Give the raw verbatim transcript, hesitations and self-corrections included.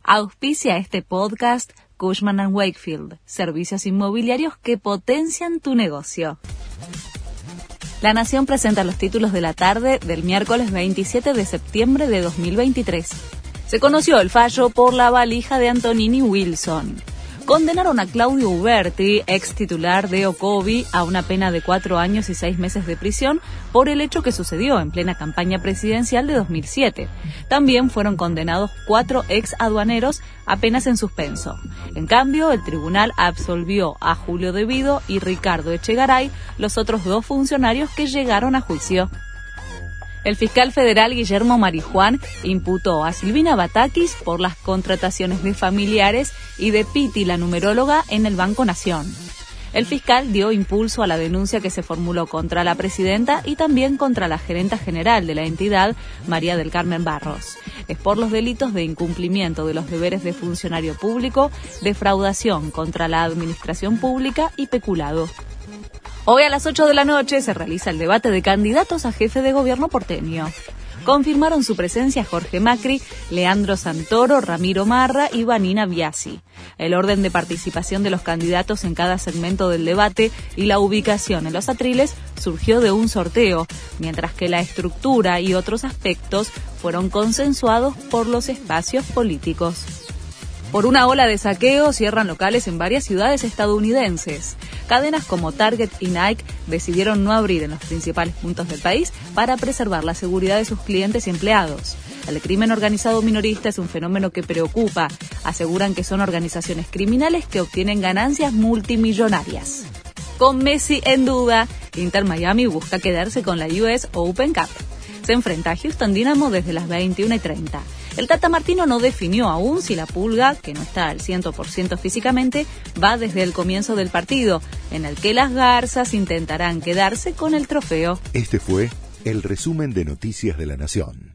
Auspicia este podcast Cushman and Wakefield, servicios inmobiliarios que potencian tu negocio. La Nación presenta los títulos de la tarde del miércoles veintisiete de septiembre de dos mil veintitrés. Se conoció el fallo por la valija de Antonini Wilson. Condenaron a Claudio Uberti, ex titular de Ocovi, a una pena de cuatro años y seis meses de prisión por el hecho que sucedió en plena campaña presidencial de dos mil siete. También fueron condenados cuatro ex aduaneros a penas en suspenso. En cambio, el tribunal absolvió a Julio De Vido y Ricardo Echegaray, los otros dos funcionarios que llegaron a juicio. El fiscal federal Guillermo Marijuán imputó a Silvina Batakis por las contrataciones de familiares y de Piti, la numeróloga, en el Banco Nación. El fiscal dio impulso a la denuncia que se formuló contra la presidenta y también contra la gerenta general de la entidad, María del Carmen Barros. Es por los delitos de incumplimiento de los deberes de funcionario público, defraudación contra la administración pública y peculado. Hoy a las ocho de la noche se realiza el debate de candidatos a jefe de gobierno porteño. Confirmaron su presencia Jorge Macri, Leandro Santoro, Ramiro Marra y Vanina Biasi. El orden de participación de los candidatos en cada segmento del debate y la ubicación en los atriles surgió de un sorteo, mientras que la estructura y otros aspectos fueron consensuados por los espacios políticos. Por una ola de saqueo, cierran locales en varias ciudades estadounidenses. Cadenas como Target y Nike decidieron no abrir en los principales puntos del país para preservar la seguridad de sus clientes y empleados. El crimen organizado minorista es un fenómeno que preocupa. Aseguran que son organizaciones criminales que obtienen ganancias multimillonarias. Con Messi en duda, Inter Miami busca quedarse con la U S Open Cup. Se enfrenta a Houston Dynamo desde las veintiuna y treinta. El Tata Martino no definió aún si la Pulga, que no está al cien por ciento físicamente, va desde el comienzo del partido, en el que las Garzas intentarán quedarse con el trofeo. Este fue el resumen de Noticias de la Nación.